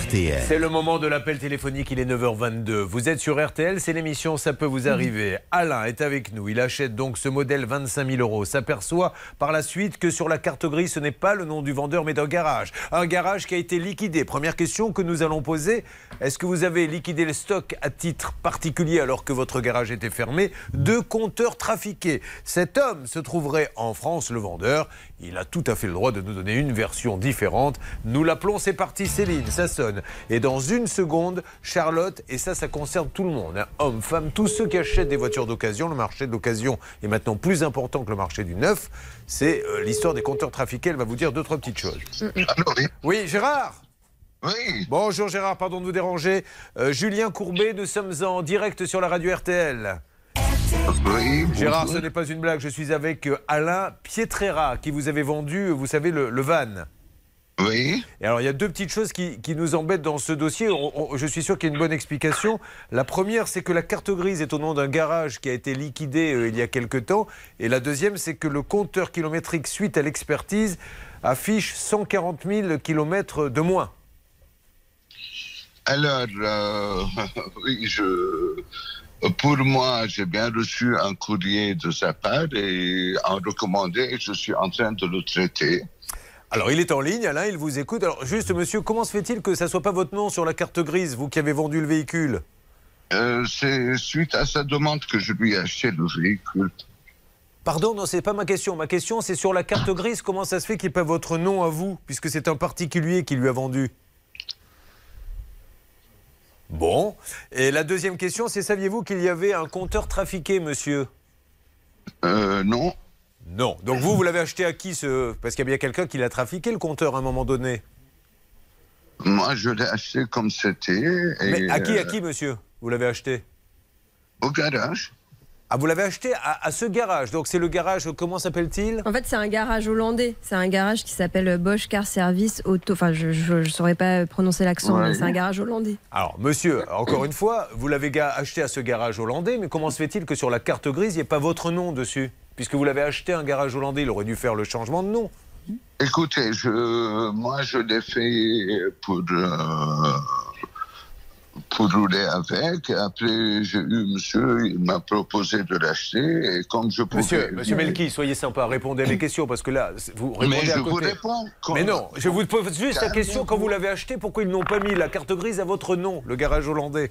RTL. C'est le moment de l'appel téléphonique, il est 9h22. Vous êtes sur RTL, c'est l'émission Ça peut vous arriver. Alain est avec nous, il achète donc ce modèle 25 000 €. S'aperçoit par la suite que sur la carte grise, ce n'est pas le nom du vendeur mais d'un garage. Un garage qui a été liquidé. Première question que nous allons poser, est-ce que vous avez liquidé le stock à titre particulier alors que votre garage était fermé? 2 compteurs trafiqués. Cet homme se trouverait en France, le vendeur. Il a tout à fait le droit de nous donner une version différente. Nous l'appelons, c'est parti Céline, ça sonne. Et dans une seconde, Charlotte, et ça concerne tout le monde, hein, hommes, femmes, tous ceux qui achètent des voitures d'occasion. Le marché de l'occasion est maintenant plus important que le marché du neuf. C'est l'histoire des compteurs trafiqués. Elle va vous dire 2-3 petites choses. Oui, Gérard. Oui. Bonjour Gérard, pardon de vous déranger. Julien Courbet, nous sommes en direct sur la radio RTL. Oui, Gérard, bonjour. ce n'est pas une blague, je suis avec Alain Pietrera qui vous avait vendu, vous savez, le van. Oui. Et alors, il y a 2 petites choses qui nous embêtent dans ce dossier. Je suis sûr qu'il y a une bonne explication. La première, c'est que la carte grise est au nom d'un garage qui a été liquidé il y a quelque temps. Et la deuxième, c'est que le compteur kilométrique, suite à l'expertise, affiche 140 000 kilomètres de moins. Alors, oui, pour moi, j'ai bien reçu un courrier de sa part et en recommandé, je suis en train de le traiter. Alors, il est en ligne, Alain, il vous écoute. Alors, juste, monsieur, comment se fait-il que ça ne soit pas votre nom sur la carte grise, vous qui avez vendu le véhicule? C'est suite à sa demande que je lui ai acheté le véhicule. Pardon, non, c'est pas ma question. Ma question, c'est sur la carte grise, comment ça se fait qu'il n'y ait pas votre nom à vous, puisque c'est un particulier qui lui a vendu? Bon. Et la deuxième question, c'est saviez-vous qu'il y avait un compteur trafiqué, monsieur? Non. Non. Donc vous l'avez acheté à qui Parce qu'il y a bien quelqu'un qui l'a trafiqué, le compteur, à un moment donné. Moi, je l'ai acheté comme c'était. Mais à qui, monsieur? Vous l'avez acheté? Au garage. Ah, vous l'avez acheté à ce garage. Donc c'est le garage, comment s'appelle-t-il? En fait, c'est un garage hollandais. C'est un garage qui s'appelle Bosch Car Service Auto. Enfin, je ne saurais pas prononcer l'accent, Ouais. mais c'est un garage hollandais. Alors, monsieur, encore une fois, vous l'avez acheté à ce garage hollandais, mais comment se fait-il que sur la carte grise, il n'y ait pas votre nom dessus? Puisque vous l'avez acheté à un garage hollandais, il aurait dû faire le changement de nom. Écoutez, moi, je l'ai fait pour rouler avec. Après, j'ai eu monsieur, il m'a proposé de l'acheter. Et comme je pouvais... Monsieur Melki, soyez sympa, répondez à mes questions, parce que là, vous répondez Mais je à vous côté. réponds. Mais non, je vous pose juste la question, quand vous l'avez acheté, pourquoi ils n'ont pas mis la carte grise à votre nom, le garage hollandais?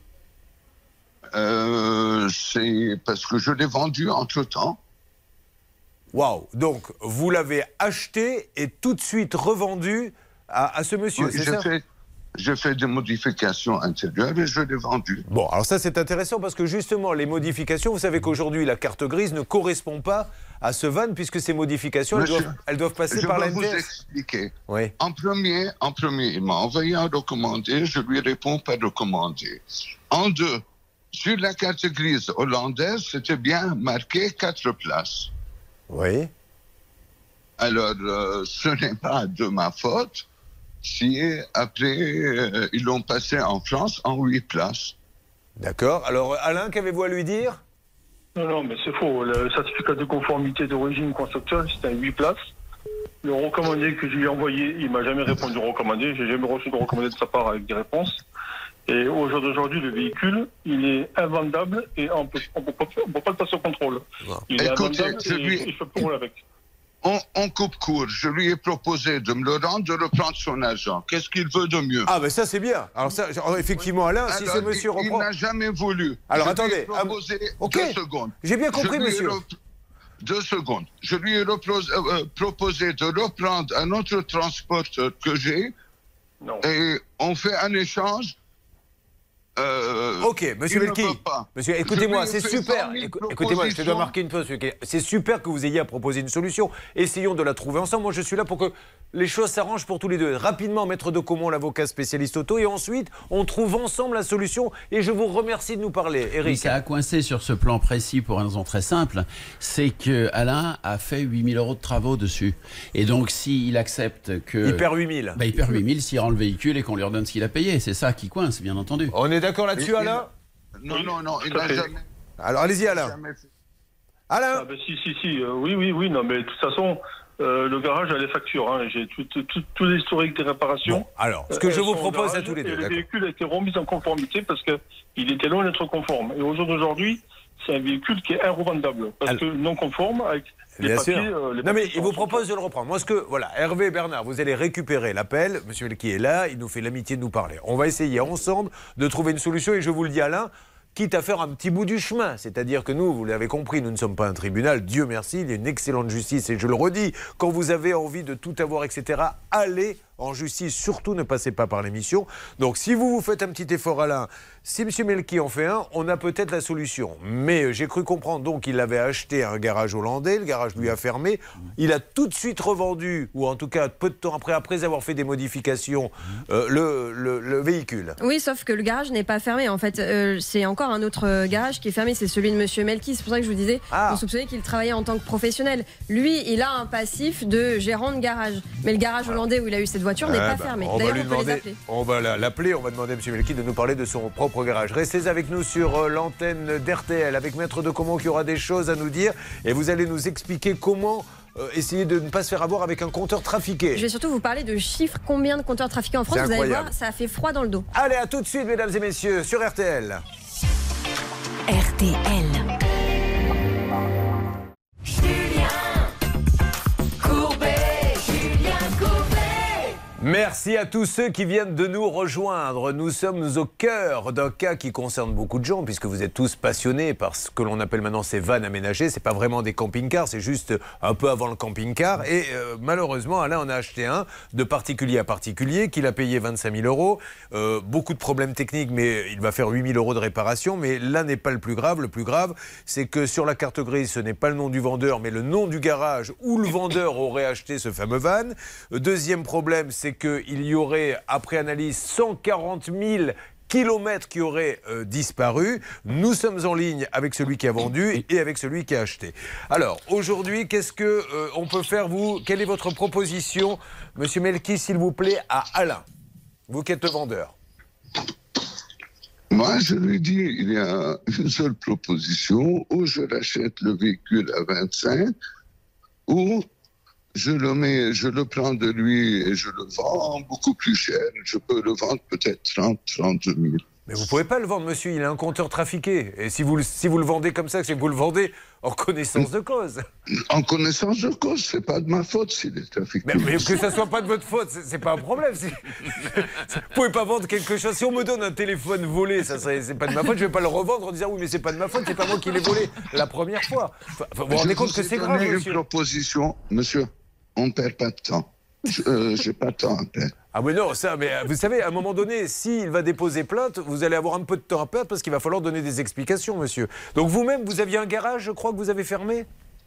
C'est parce que je l'ai vendu entre-temps. Waouh! Donc, vous l'avez acheté et tout de suite revendu à ce monsieur, Oui, c'est ça? j'ai fait des modifications intérieures et je l'ai vendu. Bon, alors ça c'est intéressant parce que justement les modifications, vous savez qu'aujourd'hui la carte grise ne correspond pas à ce van puisque ces modifications Monsieur, elles doivent passer Je par vais la vous NTS. expliquer. Oui. En premier, il m'a envoyé un recommandé, je lui réponds pas recommandé. En 2, sur la carte grise hollandaise, c'était bien marqué 4 places. Oui. Alors, ce n'est pas de ma faute si après, ils l'ont passé en France en 8 places. D'accord. Alors Alain, qu'avez-vous à lui dire? Non, mais c'est faux. Le certificat de conformité d'origine constructeur, c'était à 8 places. Le recommandé que je lui ai envoyé, il m'a jamais répondu au recommandé. J'ai jamais reçu de recommandé de sa part avec des réponses. Et au jour d'aujourd'hui, le véhicule, il est invendable et on peut pas le passer au contrôle. Il est Écoutez, invendable et je peux plus rouler avec. On coupe court. Je lui ai proposé de me le rendre, de reprendre son argent. Qu'est-ce qu'il veut de mieux? Ah ben ça c'est bien. Alors ça, effectivement Alain, si ce monsieur il reprend... n'a jamais voulu. Alors, Je attendez, lui ai proposé ok. 2 secondes. J'ai bien compris, Je lui ai monsieur. 2 secondes. Je lui ai proposé de reprendre un autre transporteur que j'ai Non. et on fait un échange. Ok, monsieur il ne Melki. veut pas. Monsieur, écoutez-moi, Je lui ai c'est fait super. 100 000 Écoutez-moi, je te dois propositions. marquer une pause. C'est super que vous ayez à proposer une solution. Essayons de la trouver ensemble. Moi, je suis là pour que les choses s'arrangent pour tous les deux. Rapidement, Maître de Caumont, l'avocat spécialiste auto, et ensuite, on trouve ensemble la solution. Et je vous remercie de nous parler, Eric. Oui, ça a coincé sur ce plan précis pour une raison très simple, c'est que Alain a fait 8 000 € de travaux dessus. Et donc, s'il accepte que... Il perd 8 000. Il perd 8 000 s'il rend le véhicule et qu'on lui redonne ce qu'il a payé. C'est ça qui coince, bien entendu. On est d'accord là-dessus, Alain? Non, il Tout à n'a fait. jamais... Alors, allez-y, Alain. jamais fait. Alain. Oui, non, mais de toute façon, le garage a les factures. Hein. J'ai tout l'historique des réparations. Bon, alors, ce que je vous propose à tous les deux. Le véhicule a été remis en conformité parce qu'il était loin d'être conforme. Et au jour d'aujourd'hui, c'est un véhicule qui est irrevendable. Parce que non conforme avec les papiers. Non, mais il vous propose de le reprendre. Moi, voilà, Hervé et Bernard, vous allez récupérer l'appel. Monsieur Melki est là, il nous fait l'amitié de nous parler. On va essayer ensemble de trouver une solution. Et je vous le dis, Alain, quitte à faire un petit bout du chemin. C'est-à-dire que nous, vous l'avez compris, nous ne sommes pas un tribunal. Dieu merci, il y a une excellente justice. Et je le redis, quand vous avez envie de tout avoir, etc., allez en justice. Surtout, ne passez pas par l'émission. Donc, si vous faites un petit effort, Alain, si M. Melki en fait un, on a peut-être la solution. Mais j'ai cru comprendre donc qu'il avait acheté un garage hollandais. Le garage lui a fermé. Il a tout de suite revendu, ou en tout cas peu de temps après avoir fait des modifications, le véhicule. Oui, sauf que le garage n'est pas fermé. En fait, c'est encore un autre garage qui est fermé. C'est celui de M. Melki. C'est pour ça que je vous disais, on soupçonnait qu'il travaillait en tant que professionnel. Lui, il a un passif de gérant de garage. Mais le garage hollandais où il a eu cette voiture n'est pas fermé. On va l'appeler, on va demander à M. Melki de nous parler de son propre garage. Restez avec nous sur l'antenne d'RTL avec Maître de Comont qui aura des choses à nous dire et vous allez nous expliquer comment essayer de ne pas se faire avoir avec un compteur trafiqué. Je vais surtout vous parler de chiffres, combien de compteurs trafiqués en France. Vous allez voir, ça a fait froid dans le dos. Allez, à tout de suite, mesdames et messieurs, sur RTL. RTL. Merci à tous ceux qui viennent de nous rejoindre. Nous sommes au cœur d'un cas qui concerne beaucoup de gens, puisque vous êtes tous passionnés par ce que l'on appelle maintenant ces vannes aménagées. Ce n'est pas vraiment des camping-cars, c'est juste un peu avant le camping-car. Et malheureusement, Alain en a acheté un de particulier à particulier, qu'il a payé 25 000 €. Beaucoup de problèmes techniques, mais il va faire 8 000 € de réparation. Mais là n'est pas le plus grave. Le plus grave, c'est que sur la carte grise, ce n'est pas le nom du vendeur, mais le nom du garage où le vendeur aurait acheté ce fameux van. Deuxième problème, c'est qu'il y aurait, après analyse, 140 000 kilomètres qui auraient disparu. Nous sommes en ligne avec celui qui a vendu et avec celui qui a acheté. Alors, aujourd'hui, qu'est-ce qu'on peut faire, vous? Quelle est votre proposition, Monsieur Melki, s'il vous plaît, à Alain? Vous qui êtes le vendeur. Moi, je lui dis, il y a une seule proposition, ou je rachète le véhicule à 25, ou je le prends de lui et je le vends beaucoup plus cher. Je peux le vendre peut-être 32 000. Mais vous ne pouvez pas le vendre, monsieur, il a un compteur trafiqué. Et si vous le vendez comme ça, c'est que vous le vendez en connaissance de cause. En connaissance de cause, c'est pas de ma faute s'il est trafiqué. Mais que ça soit pas de votre faute, c'est pas un problème. Vous pouvez pas vendre quelque chose. Si on me donne un téléphone volé, c'est pas de ma faute. Je vais pas le revendre en disant oui, mais c'est pas de ma faute, c'est pas moi qui l'ai volé la première fois. Vous vous rendez compte que c'est grave, monsieur. Une proposition, monsieur, on ne perd pas de temps. J'ai pas de temps à perdre. Ah mais non, ça, mais vous savez, à un moment donné, s'il va déposer plainte, vous allez avoir un peu de temps à perdre parce qu'il va falloir donner des explications, monsieur. Donc vous-même, vous aviez un garage, je crois, que vous avez fermé?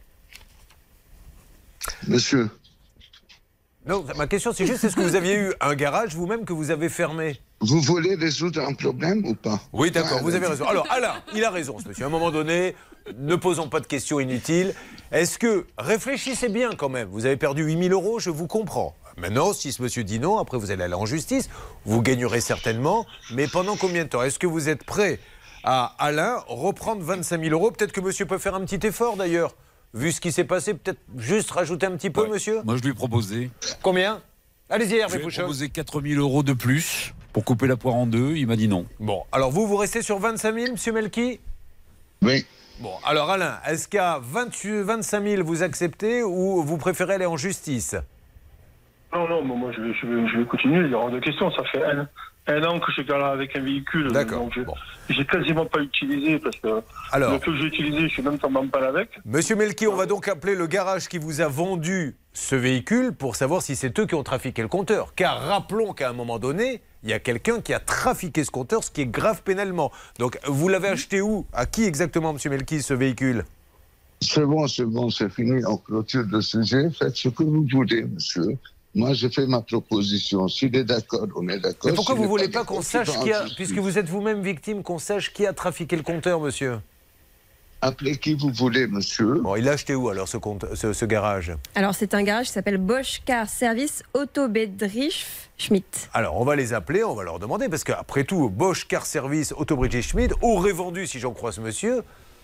Monsieur. Non, ma question, c'est juste, est-ce que vous aviez eu un garage vous-même que vous avez fermé? Vous voulez résoudre un problème ou pas? Oui, d'accord, vous avez raison. Alors, Alain, il a raison, ce monsieur. À un moment donné, ne posons pas de questions inutiles. Est-ce que, réfléchissez bien quand même, vous avez perdu 8 000 €, je vous comprends. Maintenant, si ce monsieur dit non, après vous allez aller en justice, vous gagnerez certainement, mais pendant combien de temps? Est-ce que vous êtes prêt à, Alain, reprendre 25 000 €? Peut-être que monsieur peut faire un petit effort d'ailleurs. Vu ce qui s'est passé, peut-être juste rajouter un petit peu, monsieur? Moi, je lui ai proposé. Combien? Allez-y, Hervé Pouchon. Je lui ai proposé 4 000 € de plus pour couper la poire en deux. Il m'a dit non. Bon, alors vous restez sur 25 000, monsieur Melki? Oui. Bon, alors Alain, est-ce qu'à 25 000, vous acceptez ou vous préférez aller en justice? Non, moi je vais continuer, il y aura de questions. Ça fait un an que je galère avec un véhicule. D'accord. Donc j'ai quasiment pas utilisé parce que le peu que j'ai utilisé, je suis même tombé en panne avec. Monsieur Melki, on va donc appeler le garage qui vous a vendu ce véhicule pour savoir si c'est eux qui ont trafiqué le compteur. Car rappelons qu'à un moment donné, il y a quelqu'un qui a trafiqué ce compteur, ce qui est grave pénalement. Donc vous l'avez acheté où? À qui exactement, monsieur Melki, ce véhicule? C'est bon, c'est fini. On clôture le sujet. Faites ce que vous voulez, monsieur. Moi, j'ai fait ma proposition. S'il est d'accord, on est d'accord. Mais pourquoi vous ne voulez pas qu'on sache qui a, puisque vous êtes vous-même victime, qu'on sache qui a trafiqué le compteur, monsieur? Appelez qui vous voulez, monsieur. Bon, il a acheté où alors ce garage? Alors c'est un garage qui s'appelle Bosch Car Service Auto Bedrich Schmidt. Alors on va les appeler, on va leur demander, parce qu'après tout, Bosch Car Service Auto Bedrich Schmidt aurait vendu, si j'en crois ce monsieur,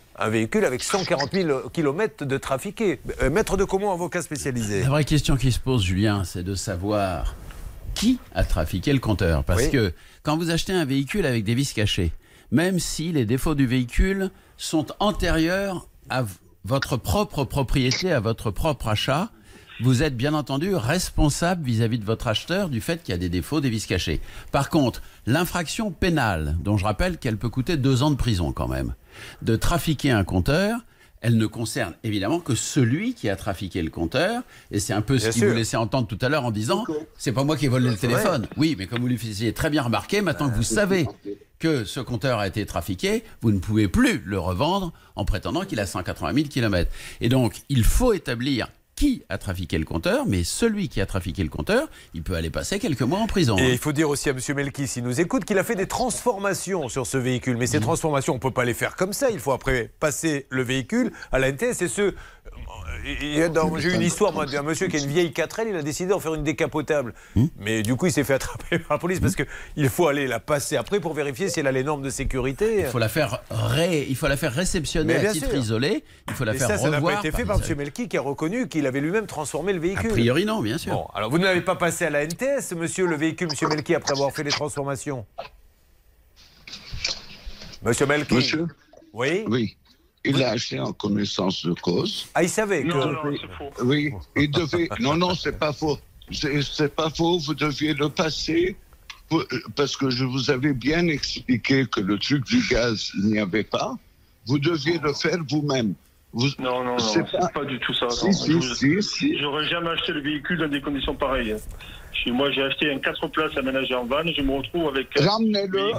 un véhicule avec 140 000 km de trafiqué. Maître de Comont, avocat spécialisé. La vraie question qui se pose, Julien, c'est de savoir qui a trafiqué le compteur. Parce que quand vous achetez un véhicule avec des vis cachées, même si les défauts du véhicule sont antérieurs à votre propre propriété, à votre propre achat, vous êtes bien entendu responsable vis-à-vis de votre acheteur du fait qu'il y a des défauts, des vis cachées. Par contre, l'infraction pénale, dont je rappelle qu'elle peut coûter 2 ans de prison quand même, de trafiquer un compteur, elle ne concerne évidemment que celui qui a trafiqué le compteur. Et c'est un peu ce qu'il vous laissait entendre tout à l'heure en disant « c'est pas moi qui ai volé le téléphone ». Oui, mais comme vous le faisiez très bien remarquer, maintenant que vous savez que ce compteur a été trafiqué, vous ne pouvez plus le revendre en prétendant qu'il a 180 000 km. Et donc, il faut établir qui a trafiqué le compteur, mais celui qui a trafiqué le compteur, il peut aller passer quelques mois en prison. Et il faut dire aussi à M. Melki, s'il nous écoute, qu'il a fait des transformations sur ce véhicule. Mais ces transformations, on ne peut pas les faire comme ça. Il faut après passer le véhicule à la NTS. J'ai eu une histoire, moi, d'un monsieur qui a une vieille 4L, il a décidé d'en faire une décapotable. Mais du coup, il s'est fait attraper par la police parce qu'il faut aller la passer après pour vérifier si elle a les normes de sécurité. Il faut la faire, réceptionner à titre isolé. Il faut la faire revoir. Ça n'a pas été fait par M. Melki qui a reconnu qu'il avait lui-même transformé le véhicule. A priori, non, bien sûr. Bon, alors vous ne l'avez pas passé à la NTS, monsieur, le véhicule, M. Melki, après avoir fait les transformations. Monsieur Melki. Monsieur ? Oui. Oui. Il l'a acheté en connaissance de cause. Ah, il savait que... Non, c'est faux. Oui, il devait... Non, c'est pas faux. C'est pas faux, vous deviez le passer, parce que je vous avais bien expliqué que le truc du gaz, il n'y avait pas. Vous deviez le faire vous-même. Non, c'est pas du tout ça. Si. J'aurais jamais acheté le véhicule dans des conditions pareilles. Moi, j'ai acheté un 4 places aménagé en van. Je me retrouve avec ramenez-le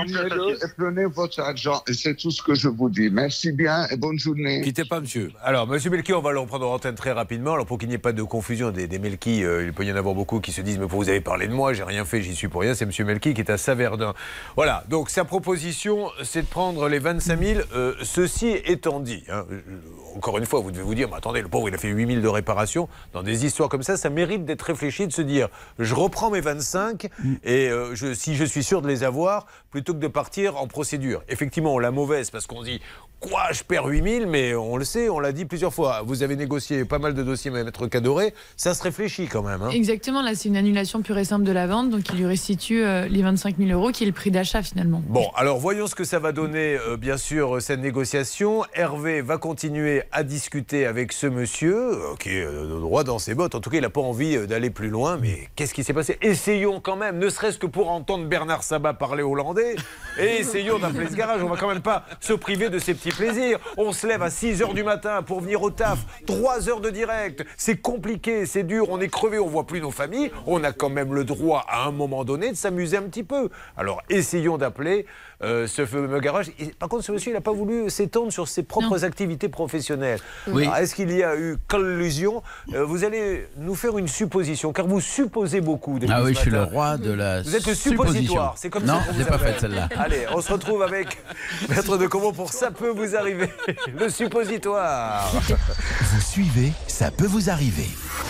et prenez votre argent. Et c'est tout ce que je vous dis. Merci bien et bonne journée. Quittez pas, monsieur. Alors, monsieur Melki, on va le reprendre en antenne très rapidement. Alors, pour qu'il n'y ait pas de confusion des Melki, il peut y en avoir beaucoup qui se disent « Mais vous avez parlé de moi, j'ai rien fait, j'y suis pour rien. » C'est monsieur Melki qui est à Saverdun. Voilà, donc sa proposition, c'est de prendre les 25 000. Ceci étant dit, encore une fois, vous devez vous dire « Mais attendez, le pauvre, il a fait 8 000 de réparation. » Dans des histoires comme ça mérite d'être réfléchi, de se dire « Je reprends mes 25 et si je suis sûr de les avoir, plutôt que de partir en procédure. » Effectivement, on l'a mauvaise parce qu'on dit « Quoi, je perds 8 000 ?» Mais on le sait, on l'a dit plusieurs fois. Vous avez négocié pas mal de dossiers, Maître Cadoré. Ça se réfléchit quand même. Exactement, là c'est une annulation pure et simple de la vente. Donc il lui restitue les 25 000 euros qui est le prix d'achat finalement. Bon, alors voyons ce que ça va donner, bien sûr, cette négociation. Hervé va continuer à discuter avec ce monsieur, qui est droit dans ses bottes. En tout cas, il n'a pas envie d'aller plus loin. Mais qu'est-ce qui s'est passé? Essayons quand même, ne serait-ce que pour entendre Bernard Sabat parler hollandais, et essayons d'appeler ce garage. On va quand même pas se priver de ces petits plaisirs. On se lève à 6h du matin pour venir au taf, 3 heures de direct. C'est compliqué, c'est dur, on est crevé, on voit plus nos familles. On a quand même le droit, à un moment donné, de s'amuser un petit peu. Alors, essayons d'appeler ce fameux garage. Par contre, ce monsieur, il n'a pas voulu s'étendre sur ses propres activités professionnelles. Oui. Est-ce qu'il y a eu collusion? Vous allez nous faire une supposition, car vous supposez beaucoup. Ah oui, je suis le roi de la Vous êtes le suppositoire, c'est comme non, ça qu'on je n'ai vous pas appelle. fait celle-là. Allez, on se retrouve avec Maître de Comont pour Ça peut vous arriver, le suppositoire. Vous suivez, ça peut vous arriver.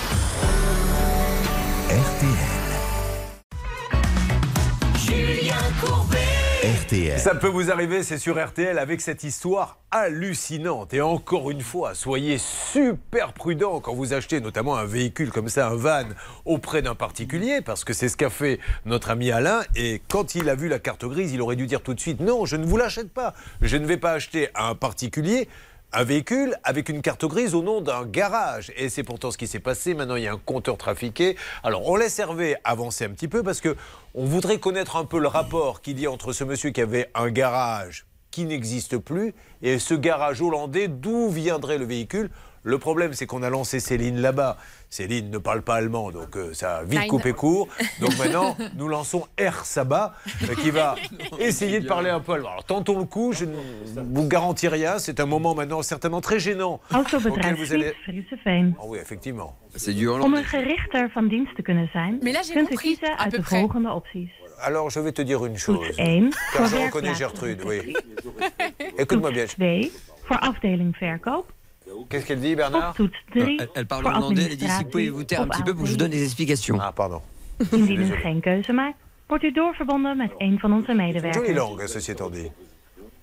RTL. Julien Courbet. RTL. Ça peut vous arriver, c'est sur RTL avec cette histoire hallucinante. Et encore une fois, soyez super prudents quand vous achetez notamment un véhicule comme ça, un van, auprès d'un particulier, parce que c'est ce qu'a fait notre ami Alain. Et quand il a vu la carte grise, il aurait dû dire tout de suite « Non, je ne vous l'achète pas. Je ne vais pas acheter à un particulier un véhicule avec une carte grise au nom d'un garage. » Et c'est pourtant ce qui s'est passé. Maintenant, il y a un compteur trafiqué. Alors, on laisse Hervé avancer un petit peu parce que on voudrait connaître un peu le rapport qu'il y a entre ce monsieur qui avait un garage qui n'existe plus et ce garage hollandais, d'où viendrait le véhicule. Le problème, c'est qu'on a lancé Céline là-bas. Céline ne parle pas allemand, donc ça a vite coupé court. Donc maintenant, nous lançons R. Sabat, qui va essayer de parler un peu allemand. Alors, tentons le coup, je ne vous garantis rien. C'est un moment maintenant certainement très gênant. Autobedrijf Frieseveen. Oh oui, effectivement. C'est du Om een gerichter van dienst te kunnen zijn, Mais là, j'ai kunt u compris, kiezen à uit peu de près. volgende opties. Alors, je vais te dire une chose. Toets 1 Car voor je reconnais werkplaats. Gertrude, oui. Écoute-moi bien. Toets 2 voor afdeling verkoop. Qu'est-ce qu'elle dit, Of Bernard? toets 3 Elle parle voor hollandais, elle dit si vous pouvez administratie vous taire un of petit peu pour que je vous donne des explications. Ah, pardon. Indien u geen keuze maakt, wordt u doorverbonden met een van onze Jolie medewerkers. langue, ceci étant dit.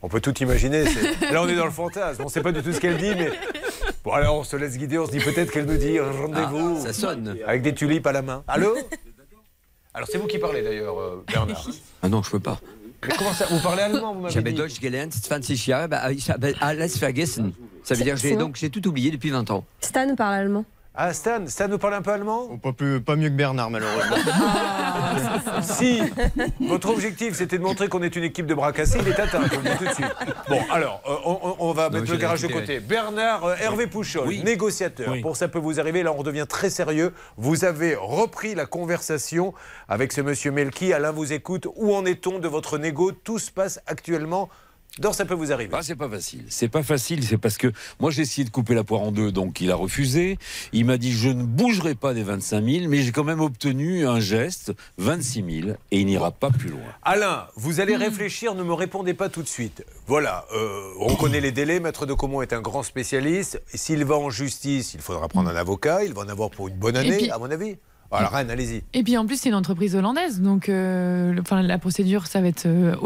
On peut tout imaginer. Là, on est dans le fantasme. On ne sait pas du tout ce qu'elle dit, mais... Bon, alors, on se laisse guider. On se dit peut-être qu'elle nous dit rendez-vous. Ça sonne. Avec des tulipes à la main. Allô? Alors, c'est vous qui parlez, d'ailleurs, Bernard. Ah non, je peux pas. Mais comment ça? Vous parlez allemand, vous m'avez J'avais dit? Deutsch gelernt, 20 Jahre, ich habe alles vergessen. Ça veut dire que j'ai tout oublié depuis 20 ans. Stan parle allemand. Ah, Stan nous parle un peu allemand? Pas mieux que Bernard, malheureusement. Si votre objectif c'était de montrer qu'on est une équipe de bras cassés, il est atteint, je vous le dis tout de suite. Bon, alors, on va mettre le garage de côté. Bernard, Hervé Pouchol, négociateur. Oui. Pour ça peut vous arriver, là on redevient très sérieux. Vous avez repris la conversation avec ce monsieur Melki. Alain vous écoute. Où en est-on de votre négo? Tout se passe actuellement dans Ça peut vous arriver. Ah, c'est pas facile. C'est pas facile, c'est parce que moi j'ai essayé de couper la poire en deux, donc il a refusé. Il m'a dit je ne bougerai pas des 25 000, mais j'ai quand même obtenu un geste, 26 000, et il n'ira pas plus loin. Alain, vous allez réfléchir, ne me répondez pas tout de suite. Voilà, on connaît les délais, Maître de Caumont est un grand spécialiste. S'il va en justice, il faudra prendre un avocat, il va en avoir pour une bonne année, puis, à mon avis. Alors, Reine, allez-y. Et puis en plus, c'est une entreprise hollandaise, donc la procédure, ça va être.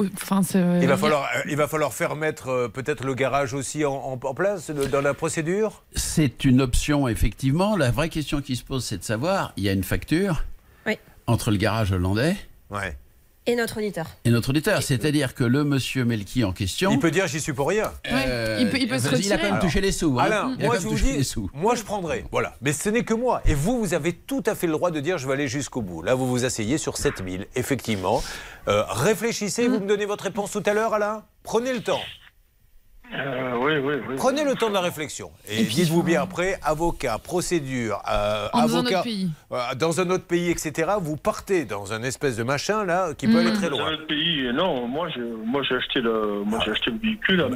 Il va falloir faire mettre peut-être le garage aussi en place dans la procédure. C'est une option, effectivement. La vraie question qui se pose, c'est de savoir, il y a une facture entre le garage hollandais et notre auditeur. C'est-à-dire que le monsieur Melki en question... Il peut dire j'y suis pour rien. Il peut se retirer. Il a quand même touché les sous. Alain, moi je vous dis, moi je prendrai. Voilà. Mais ce n'est que moi. Et vous avez tout à fait le droit de dire je vais aller jusqu'au bout. Là, vous vous asseyez sur 7 000, effectivement. Réfléchissez, vous me donnez votre réponse tout à l'heure, Alain. Prenez le temps. Oui. Prenez le temps de la réflexion. Et dites-vous bien après, avocat, procédure, dans un autre pays. Dans un autre pays, etc. Vous partez dans un espèce de machin là qui peut aller très loin. Dans un autre pays, non. Moi, j'ai acheté le véhicule.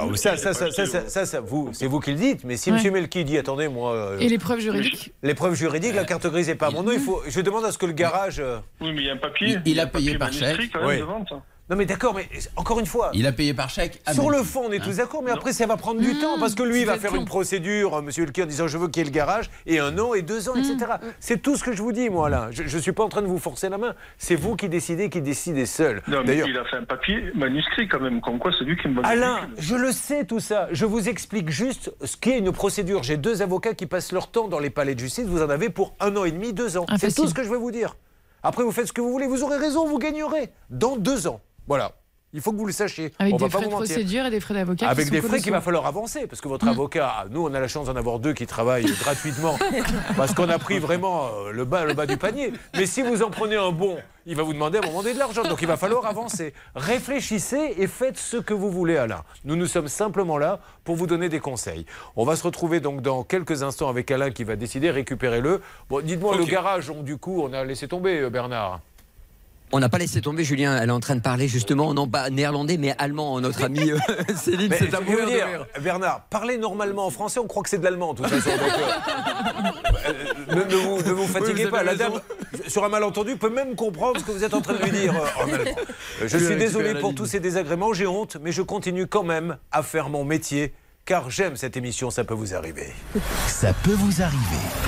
C'est vous qui le dites. Mais si M. Melki dit, attendez, moi. Et les preuves juridiques. Les preuves juridiques, la carte grise n'est pas à mon nom. Je demande à ce que le garage. Oui, mais il y a un papier. Il a payé par chèque. Non mais d'accord, mais encore une fois... Il a payé par chèque. Sur le fond, on est tous d'accord, mais après ça va prendre du temps, parce que lui va faire une procédure, monsieur Melki, en disant je veux qu'il y ait le garage, et 1 an, et 2 ans, etc. C'est tout ce que je vous dis, moi, là. Je ne suis pas en train de vous forcer la main. C'est vous qui décidez seul. Non, mais il a fait un papier manuscrit quand même, comme quoi c'est lui qui me... Alain, je le sais tout ça. Je vous explique juste ce qu'est une procédure. J'ai 2 avocats qui passent leur temps dans les palais de justice. Vous en avez pour 1 an et demi, 2 ans. C'est tout ce que je vais vous dire. Après, vous faites ce que vous voulez. Vous aurez raison, vous gagnerez. Dans 2 ans. Voilà. Il faut que vous le sachiez. Avec des frais de procédure et des frais d'avocat. Avec des frais qu'il va falloir avancer. Parce que votre avocat, nous, on a la chance d'en avoir 2 qui travaillent gratuitement. Parce qu'on a pris vraiment le bas du panier. Mais si vous en prenez un bon, il va vous demander à un moment donné de l'argent. Donc il va falloir avancer. Réfléchissez et faites ce que vous voulez, Alain. Nous sommes simplement là pour vous donner des conseils. On va se retrouver donc dans quelques instants avec Alain qui va décider, récupérez-le. Bon, dites-moi, le garage, du coup, on a laissé tomber, Bernard. On n'a pas laissé tomber, Julien. Elle est en train de parler justement, non pas néerlandais, mais allemand. Notre amie Céline, c'est à mourir de rire. Bernard, parlez normalement en français, on croit que c'est de l'allemand, de toute façon. Donc, ne vous fatiguez pas. La dame, sur un malentendu, peut même comprendre ce que vous êtes en train de lui dire en allemand. Je suis désolé pour tous ces désagréments, j'ai honte, mais je continue quand même à faire mon métier, car j'aime cette émission, ça peut vous arriver. Ça peut vous arriver.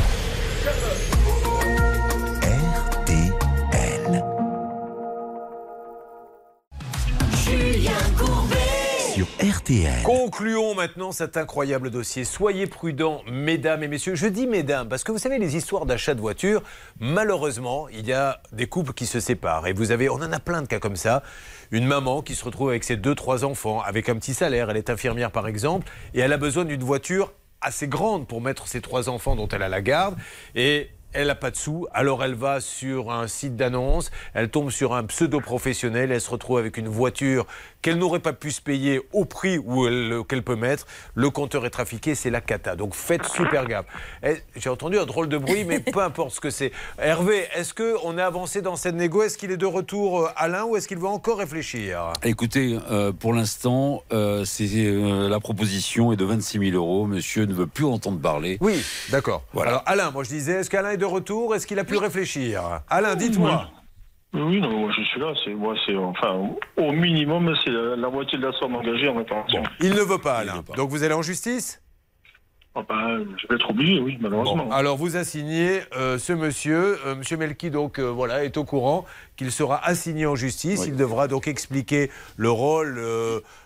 Sur RTL. Concluons maintenant cet incroyable dossier. Soyez prudents, mesdames et messieurs. Je dis mesdames parce que vous savez, les histoires d'achat de voitures, malheureusement, il y a des couples qui se séparent. Et on en a plein de cas comme ça. Une maman qui se retrouve avec ses 2-3 enfants, avec un petit salaire. Elle est infirmière par exemple, et elle a besoin d'une voiture assez grande pour mettre ses 3 enfants dont elle a la garde. Et elle n'a pas de sous, alors elle va sur un site d'annonce, elle tombe sur un pseudo-professionnel, elle se retrouve avec une voiture qu'elle n'aurait pas pu se payer au prix qu'elle peut mettre. Le compteur est trafiqué, c'est la cata. Donc faites super gaffe. J'ai entendu un drôle de bruit, mais peu importe ce que c'est. Hervé, est-ce qu'on a avancé dans cette négo? Est-ce qu'il est de retour, Alain, ou est-ce qu'il va encore réfléchir? Écoutez, pour l'instant, la proposition est de 26 000 euros. Monsieur ne veut plus entendre parler. Oui, d'accord. Voilà. Alors Alain, moi je disais, est-ce qu'Alain est de retour? Est-ce qu'il a pu réfléchir? Alain, dites-moi. Oui, non, moi je suis là. Au minimum, c'est la moitié de la somme engagée en réparation. Bon, il ne veut pas, Alain. Donc vous allez en justice? Je vais être obligé, oui, malheureusement. Bon, alors vous assignez ce monsieur. Monsieur Melki, donc voilà, est au courant qu'il sera assigné en justice. Oui. Il devra donc expliquer le rôle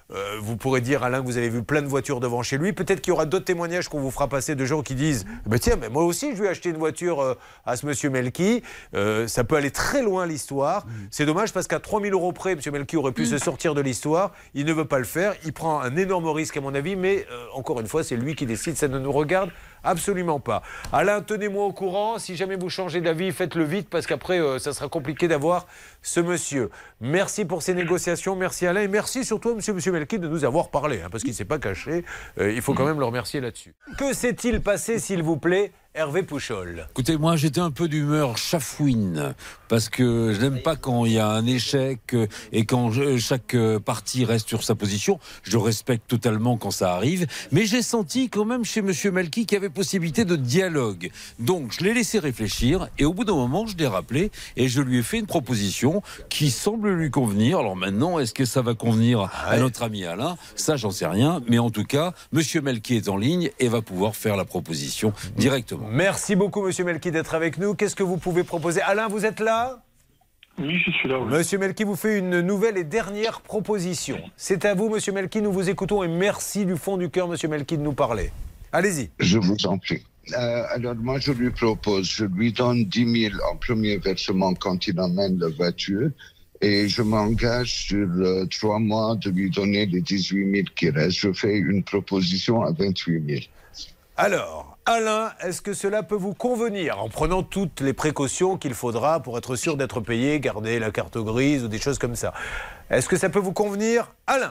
vous pourrez dire, Alain, que vous avez vu plein de voitures devant chez lui. Peut-être qu'il y aura d'autres témoignages qu'on vous fera passer de gens qui disent tiens, mais moi aussi, je vais acheter une voiture à ce monsieur Melki. Ça peut aller très loin, l'histoire. C'est dommage parce qu'à 3 000 € près, monsieur Melki aurait pu se sortir de l'histoire. Il ne veut pas le faire. Il prend un énorme risque, à mon avis, mais encore une fois, c'est lui qui décide. Ça ne nous regarde absolument pas. Alain, tenez-moi au courant. Si jamais vous changez d'avis, faites-le vite parce qu'après, ça sera compliqué d'avoir ce monsieur. Merci pour ces négociations. Merci Alain et merci surtout à monsieur Melki de nous avoir parlé parce qu'il ne s'est pas caché. Il faut quand même le remercier là-dessus. Que s'est-il passé, s'il vous plaît, Hervé Pouchol? Écoutez, moi j'étais un peu d'humeur chafouine parce que je n'aime pas quand il y a un échec et quand chaque partie reste sur sa position. Je respecte totalement quand ça arrive, mais j'ai senti quand même chez monsieur Melki qu'il y avait possibilité de dialogue. Donc je l'ai laissé réfléchir et au bout d'un moment je l'ai rappelé et je lui ai fait une proposition qui semble lui convenir. Alors maintenant, est-ce que ça va convenir à notre ami Alain? Ça, j'en sais rien, mais en tout cas, monsieur Melki est en ligne et va pouvoir faire la proposition directement. Merci beaucoup, monsieur Melki, d'être avec nous. Qu'est-ce que vous pouvez proposer? Alain, vous êtes là? Oui, je suis là. Oui. Monsieur Melki vous fait une nouvelle et dernière proposition. C'est à vous, monsieur Melki, nous vous écoutons et merci du fond du cœur, monsieur Melki, de nous parler. Allez-y. Je vous en prie. Alors moi, je lui propose, je lui donne 10 000 en premier versement quand il emmène la voiture et je m'engage sur 3 mois de lui donner les 18 000 qui restent. Je fais une proposition à 28 000. Alors, Alain, est-ce que cela peut vous convenir en prenant toutes les précautions qu'il faudra pour être sûr d'être payé, garder la carte grise ou des choses comme ça? Est-ce que ça peut vous convenir, Alain?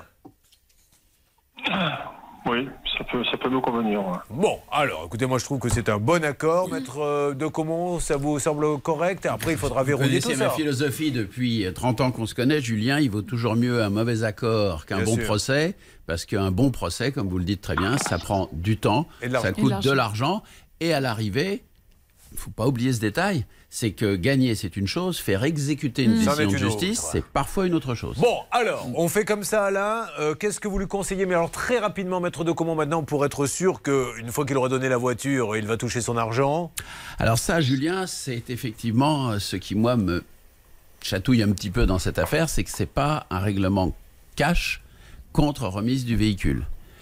Oui, ça peut nous convenir. Ouais. Bon, alors, écoutez, moi je trouve que c'est un bon accord. Maître de Comont, ça vous semble correct? Après, il faudra verrouiller tout ça. Vous connaissez ma philosophie depuis 30 ans qu'on se connaît, Julien. Il vaut toujours mieux un mauvais accord qu'un bon procès. Parce qu'un bon procès, comme vous le dites très bien, ça prend du temps, ça coûte de l'argent. Et à l'arrivée, il ne faut pas oublier ce détail, c'est que gagner, c'est une chose, faire exécuter une décision de justice, c'est parfois une autre chose. Bon, alors, on fait comme ça, Alain. Qu'est-ce que vous lui conseillez? Mais alors, très rapidement, maître de Comont, maintenant, pour être sûr qu'une fois qu'il aura donné la voiture, il va toucher son argent. Alors ça, Julien, c'est effectivement ce qui, moi, me chatouille un petit peu dans cette affaire, c'est que ce n'est pas un règlement cash contre remise du véhicule.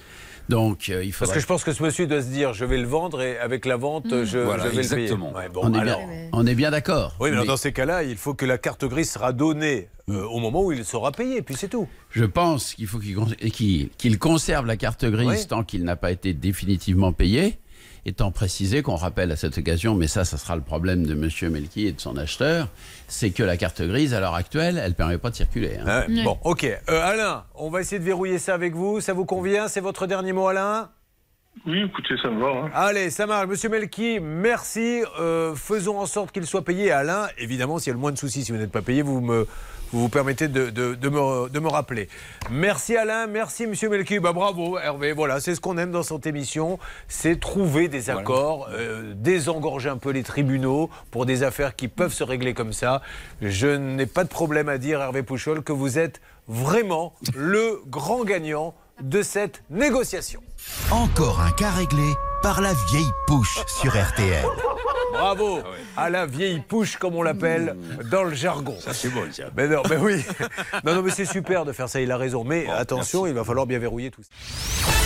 Donc, il faudrait... Parce que je pense que ce monsieur doit se dire, je vais le vendre et avec la vente, je vais exactement. le payer. Ouais, on est bien d'accord. Oui, mais dans ces cas-là, il faut que la carte grise sera donnée au moment où il sera payé, puis c'est tout. Je pense qu'il faut qu'il conserve la carte grise tant qu'il n'a pas été définitivement payé. Étant précisé qu'on rappelle à cette occasion, mais ça sera le problème de M. Melki et de son acheteur, c'est que la carte grise, à l'heure actuelle, elle ne permet pas de circuler. Hein. Bon, ok. Alain, on va essayer de verrouiller ça avec vous. Ça vous convient? C'est votre dernier mot, Alain? Oui, écoutez, ça me va. Hein. Allez, ça marche. Monsieur Melki, merci. Faisons en sorte qu'il soit payé. Alain, évidemment, s'il y a le moins de soucis, si vous n'êtes pas payé, vous permettez de me rappeler. Merci Alain, merci Monsieur Melki. Bravo Hervé, voilà, c'est ce qu'on aime dans cette émission, c'est trouver des accords, désengorger un peu les tribunaux pour des affaires qui peuvent se régler comme ça. Je n'ai pas de problème à dire, Hervé Pouchol, que vous êtes vraiment le grand gagnant de cette négociation. Encore un cas réglé par la vieille pouche sur RTL. Bravo à la vieille pouche, comme on l'appelle dans le jargon. Ça, c'est bon, ça. Mais non, mais oui. Non, mais c'est super de faire ça, il a raison. Mais attention, merci. Il va falloir bien verrouiller tout ça.